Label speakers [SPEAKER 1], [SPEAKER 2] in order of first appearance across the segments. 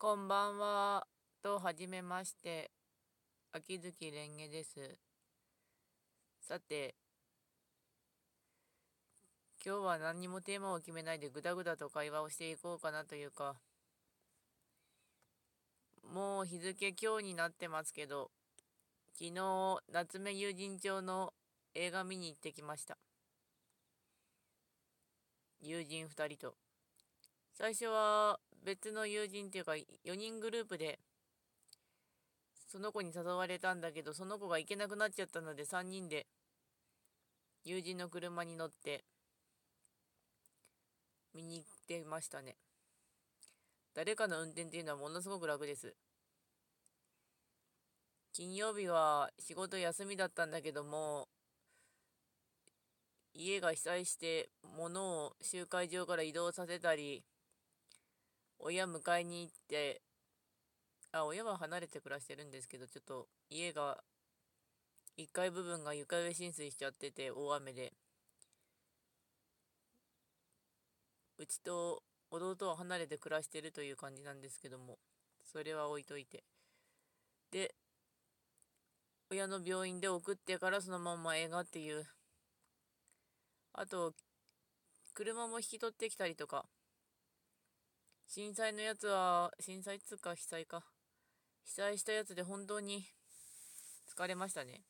[SPEAKER 1] こんばんは。はじめまして。秋月蓮華です。さて、今日は何にもテーマを決めないでぐだぐだと会話をしていこうかなというか、もう日付今日になってますけど、昨日、夏目友人帳の映画見に行ってきました。友人2人と。最初は別の友人っていうか、4人グループで、その子に誘われたんだけど、その子が行けなくなっちゃったので3人で友人の車に乗って見に行ってましたね。誰かの運転っていうのはものすごく楽です。金曜日は仕事休みだったんだけども、家が被災して物を集会場から移動させたり、親迎えに行って、親は離れて暮らしてるんですけど、ちょっと家が1階部分が床上浸水しちゃってて、大雨で、うちと弟は離れて暮らしてるという感じなんですけども、それは置いといて。で、親の病院で送ってからそのまま映画っていう、あと、車も引き取ってきたりとか、震災のやつは、震災っつうか被災か。被災したやつで本当に疲れましたね。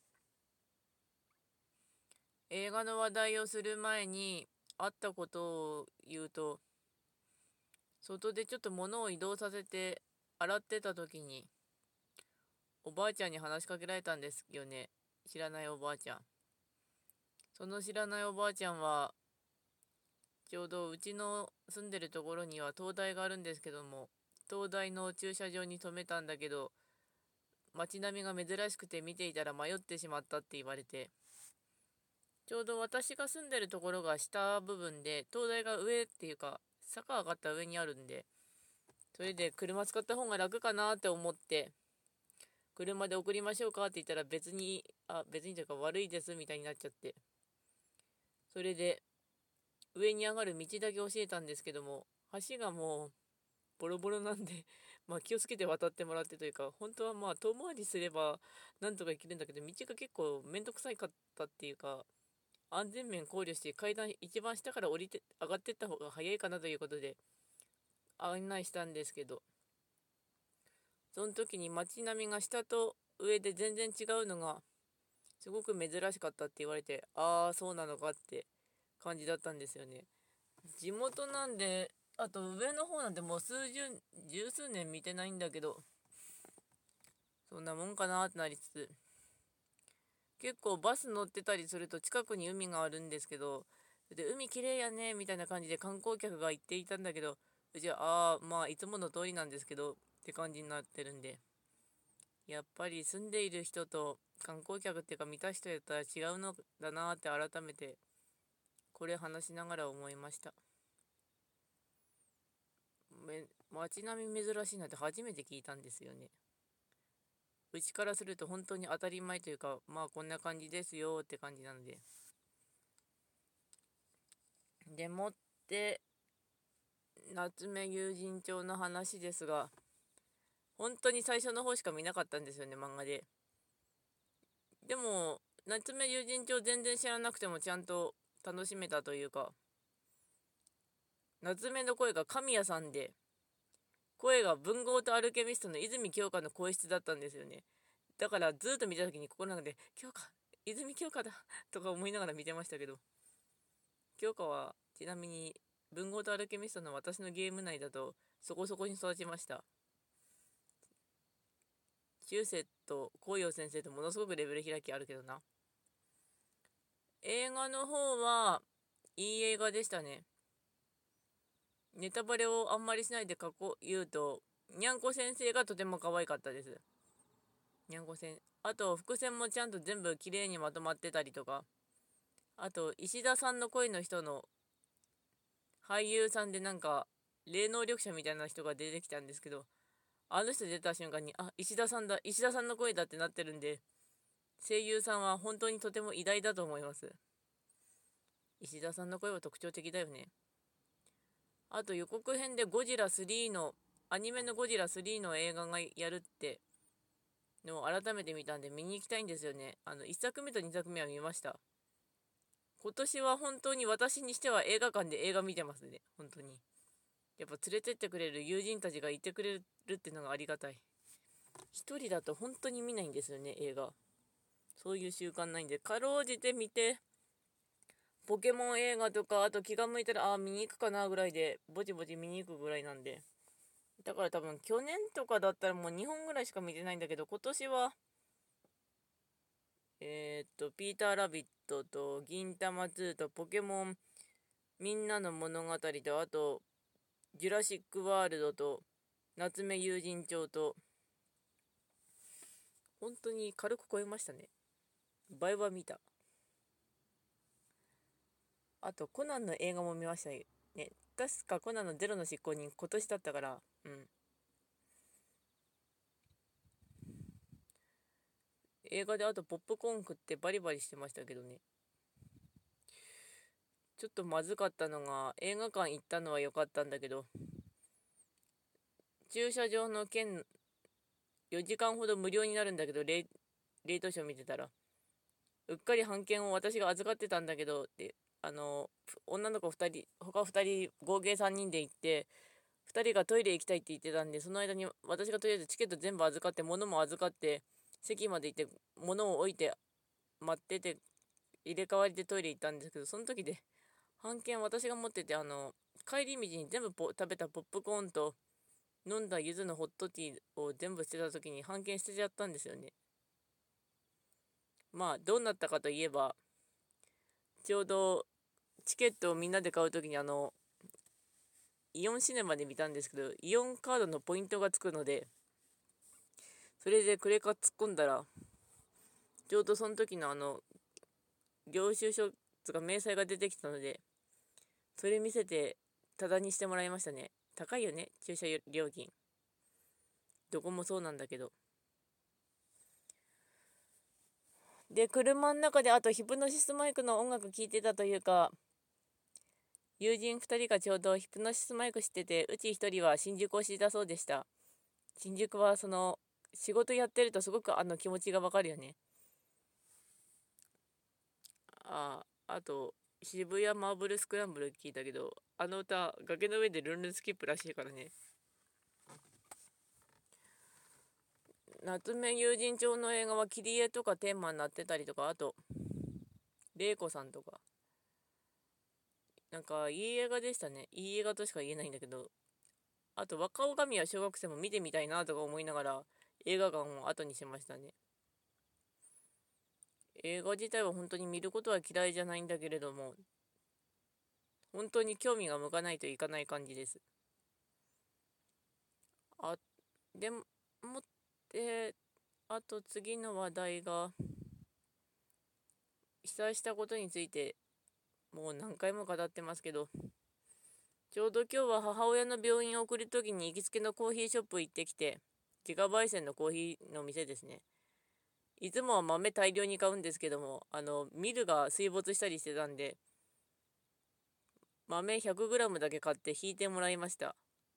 [SPEAKER 1] 映画の話題をする前にあったことを言うと、外でちょっと物を移動させて洗ってた時に、おばあちゃんに話しかけられたんですよね。知らないおばあちゃん。その知らないおばあちゃんは、ちょうどうちの住んでるところには灯台があるんですけども、灯台の駐車場に止めたんだけど、街並みが珍しくて見ていたら迷ってしまったって言われて、ちょうど私が住んでるところが下部分で、灯台が上っていうか、坂上がった上にあるんで、それで車使った方が楽かなって思って、車で送りましょうかって言ったら別にというか悪いですみたいになっちゃって、それで上に上がる道だけ教えたんですけども、橋がもうボロボロなんでまあ気をつけて渡ってもらってというか、本当はまあ遠回りすればなんとか行けるんだけど、道が結構めんどくさいかったっていうか、安全面考慮して階段一番下から上がってった方が早いかなということで案内したんですけど、その時に街並みが下と上で全然違うのがすごく珍しかったって言われて、ああそうなのかって感じだったんですよね。地元なんで、あと上の方なんてもう十数年見てないんだけど、そんなもんかなってなりつつ、結構バス乗ってたりすると近くに海があるんですけど、で海きれいやねみたいな感じで観光客が言っていたんだけど、うちはまあいつもの通りなんですけどって感じになってるんで、やっぱり住んでいる人と観光客っていうか見た人やったら違うのだなって改めてこれ話しながら思いました。街並み珍しいなって初めて聞いたんですよね。うちからすると本当に当たり前というか、まあこんな感じですよって感じなので。でもって、夏目友人帳の話ですが、本当に最初の方しか見なかったんですよね、漫画で。でも、夏目友人帳全然知らなくてもちゃんと楽しめたというか、夏目の声が神谷さんで、声が文豪とアルケミストの泉鏡花の声質だったんですよね。だからずっと見た時に心の中で、鏡花、泉鏡花だとか思いながら見てましたけど、鏡花はちなみに文豪とアルケミストの私のゲーム内だとそこそこに育ちました。中世と紅葉先生とものすごくレベル開きあるけどな。映画の方はいい映画でしたね。ネタバレをあんまりしないで言うと、にゃんこ先生がとても可愛かったです。にゃんこ先あと伏線もちゃんと全部綺麗にまとまってたりとか、あと石田さんの声の人の俳優さんでなんか霊能力者みたいな人が出てきたんですけど、あの人出た瞬間に石田さんだ、石田さんの声だってなってるんで、声優さんは本当にとても偉大だと思います。石田さんの声は特徴的だよね。あと予告編でゴジラ3のアニメのゴジラ3の映画がやるってのを改めて見たんで見に行きたいんですよね。1作目と2作目は見ました。今年は本当に私にしては映画館で映画見てますね。本当に。やっぱ連れてってくれる友人たちがいてくれるってのがありがたい。一人だと本当に見ないんですよね、映画。そういう習慣ないんで、かろうじて見て、ポケモン映画とか、あと気が向いたら、見に行くかなぐらいで、ぼちぼち見に行くぐらいなんで。だから多分去年とかだったらもう2本ぐらいしか見てないんだけど、今年は、ピーターラビットと、銀魂2と、ポケモン、みんなの物語と、あと、ジュラシックワールドと、夏目友人帳と、本当に軽く超えましたね。倍は見た。あと、コナンの映画も見ましたね。確かコナンのゼロの執行人今年だったから、映画であとポップコーン食ってバリバリしてましたけどね。ちょっとまずかったのが、映画館行ったのは良かったんだけど、駐車場の券4時間ほど無料になるんだけど、レートショー見てたら、うっかり半券を私が預かってたんだけど、って女の子2人、他2人、合計3人で行って、2人がトイレ行きたいって言ってたんで、その間に私がとりあえずチケット全部預かって、物も預かって、席まで行って、物を置いて、待ってて、入れ替わりでトイレ行ったんですけど、その時で、半券私が持ってて、帰り道に全部食べたポップコーンと、飲んだ柚子のホットティーを全部捨てた時に半券捨てちゃったんですよね。まあ、どうなったかといえば、ちょうどチケットをみんなで買う時にイオンシネマで見たんですけど、イオンカードのポイントがつくので、それでクレカ突っ込んだら、ちょうどその時の領収書とか明細が出てきたので、それ見せてタダにしてもらいましたね。高いよね、駐車料金。どこもそうなんだけど。で、車の中であとヒプノシスマイクの音楽聴いてたというか、友人2人がちょうどヒプノシスマイクしてて、うち1人は新宿推しだそうでした。新宿は仕事やってるとすごく気持ちがわかるよね。あと、渋谷マーブルスクランブル聞いたけど、あの歌、崖の上でルンルンスキップらしいからね。夏目友人帳の映画は切り絵とかテーマになってたりとか、あと、玲子さんとか。なんか、いい映画でしたね。いい映画としか言えないんだけど、あと、若女将は小学生も見てみたいなとか思いながら、映画館を後にしましたね。映画自体は本当に見ることは嫌いじゃないんだけれども、本当に興味が向かないといかない感じです。あ、でも、って、あと次の話題が、被災したことについて、もう何回も語ってますけど、ちょうど今日は母親の病院を送るときに行きつけのコーヒーショップ行ってきて、自家焙煎のコーヒーの店ですね。いつもは豆大量に買うんですけども、ミルが水没したりしてたんで、豆 100g だけ買って引いてもらいました。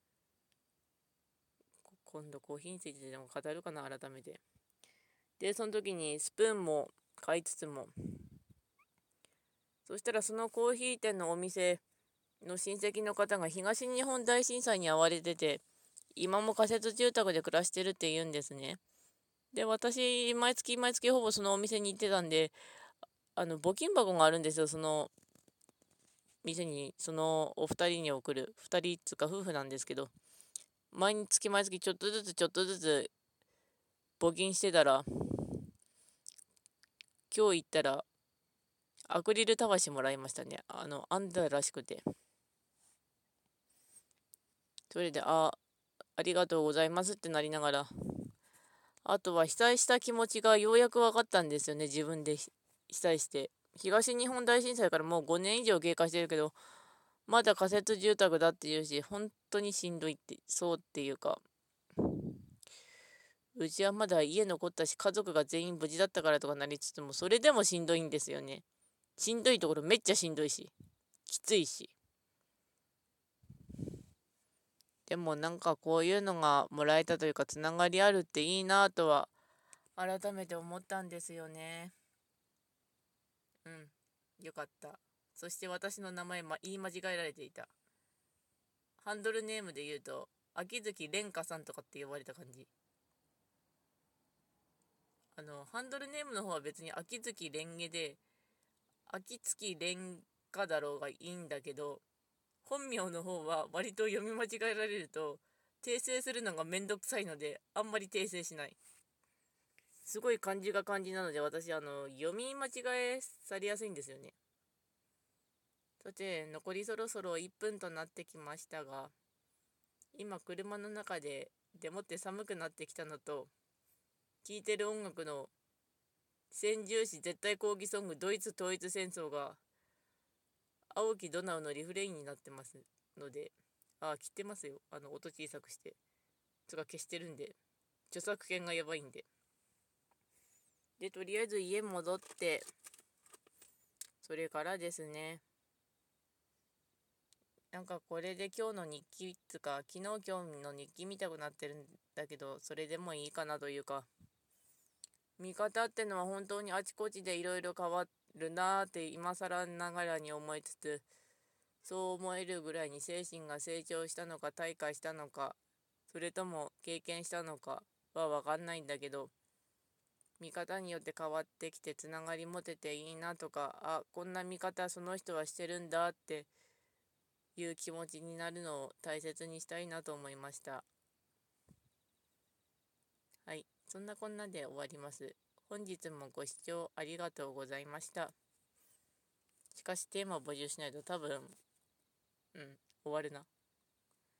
[SPEAKER 1] 今度コーヒーについてでも語るかな、改めて。で、その時にスプーンも買いつつも、そしたらそのコーヒー店のお店の親戚の方が東日本大震災に遭われてて、今も仮設住宅で暮らしてるって言うんですね。で、私、毎月毎月ほぼそのお店に行ってたんで、募金箱があるんですよ、その店に、そのお二人に送る、二人っつうか夫婦なんですけど、毎月毎月ちょっとずつちょっとずつ募金してたら、今日行ったら、アクリルたわしもらいましたね。あんだらしくて。それで、ありがとうございますってなりながら、あとは被災した気持ちがようやく分かったんですよね、自分で被災して。東日本大震災からもう5年以上経過してるけど、まだ仮設住宅だっていうし、本当にしんどいって、そうっていうか、うちはまだ家残ったし、家族が全員無事だったからとかなりつつも、それでもしんどいんですよね。しんどいところめっちゃしんどいし、きついし。 でもなんかこういうのがもらえたというか、つながりあるっていいなとは改めて思ったんですよね。うん。よかった。そして私の名前、言い間違えられていた。ハンドルネームで言うと、秋月蓮華さんとかって呼ばれた感じ。ハンドルネームの方は別に秋月蓮華で、秋月蓮華だろうがいいんだけど、本名の方は割と読み間違えられると、訂正するのがめんどくさいので、あんまり訂正しない。すごい漢字が漢字なので、私、読み間違えされやすいんですよね。さて、残りそろそろ1分となってきましたが、今、車の中でもって寒くなってきたのと、聴いてる音楽の戦重視絶対抗議ソング、ドイツ統一戦争が、青きドナウのリフレインになってますので、切ってますよ。音小さくして。とか消してるんで、著作権がやばいんで。で、とりあえず家戻って、それからですね、なんかこれで今日の日記つか、昨日今日の日記見たくなってるんだけど、それでもいいかなというか、見方ってのは本当にあちこちでいろいろ変わるなーって今更ながらに思いつつ、そう思えるぐらいに精神が成長したのか退化したのか、それとも経験したのかはわかんないんだけど、見方によって変わってきてつながり持てていいなとか、こんな見方その人はしてるんだっていう気持ちになるのを大切にしたいなと思いました。はい、そんなこんなで終わります。本日もご視聴ありがとうございました。しかしテーマを募集しないと多分、終わるな。